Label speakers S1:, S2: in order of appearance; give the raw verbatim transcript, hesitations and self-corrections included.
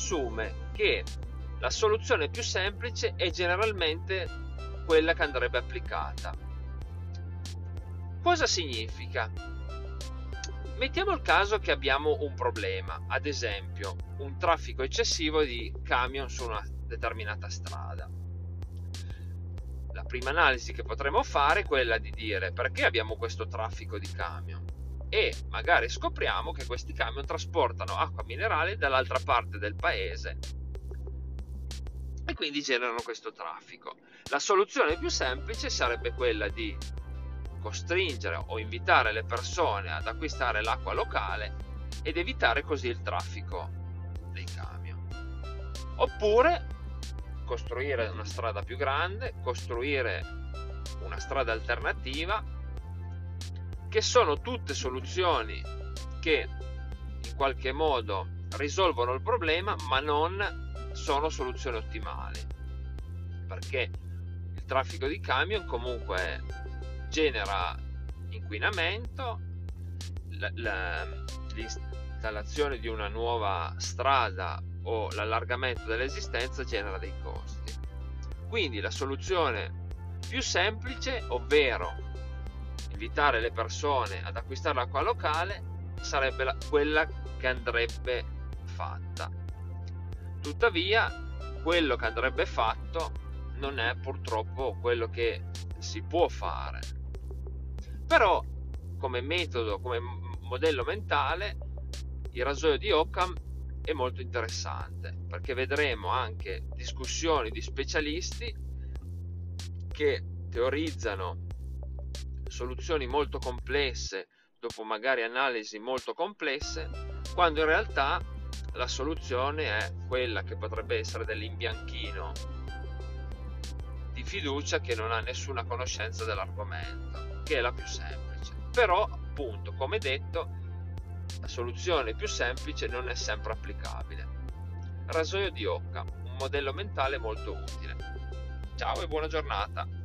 S1: assume che la soluzione più semplice è generalmente quella che andrebbe applicata. Cosa significa? Mettiamo il caso che abbiamo un problema, ad esempio un traffico eccessivo di camion su una determinata strada. La prima analisi che potremo fare è quella di dire perché abbiamo questo traffico di camion e magari scopriamo che questi camion trasportano acqua minerale dall'altra parte del paese e quindi generano questo traffico. La soluzione più semplice sarebbe quella di costringere o invitare le persone ad acquistare l'acqua locale ed evitare così il traffico dei camion. Oppure costruire una strada più grande, costruire una strada alternativa, che sono tutte soluzioni che in qualche modo risolvono il problema, ma non sono soluzioni ottimali, perché il traffico di camion comunque genera inquinamento, la, la, l'installazione di una nuova strada o l'allargamento dell'esistenza genera dei costi. Quindi la soluzione più semplice, ovvero invitare le persone ad acquistare l'acqua locale, sarebbe la, quella che andrebbe fatta. Tuttavia, quello che andrebbe fatto non è purtroppo quello che si può fare. Però, come metodo, come modello mentale, il rasoio di Occam è molto interessante, perché vedremo anche discussioni di specialisti che teorizzano soluzioni molto complesse dopo magari analisi molto complesse, quando in realtà la soluzione è quella che potrebbe essere dell'imbianchino di fiducia che non ha nessuna conoscenza dell'argomento, che è la più semplice. Però, appunto, come detto, la soluzione più semplice non è sempre applicabile. Rasoio di Occam, un modello mentale molto utile. Ciao e buona giornata!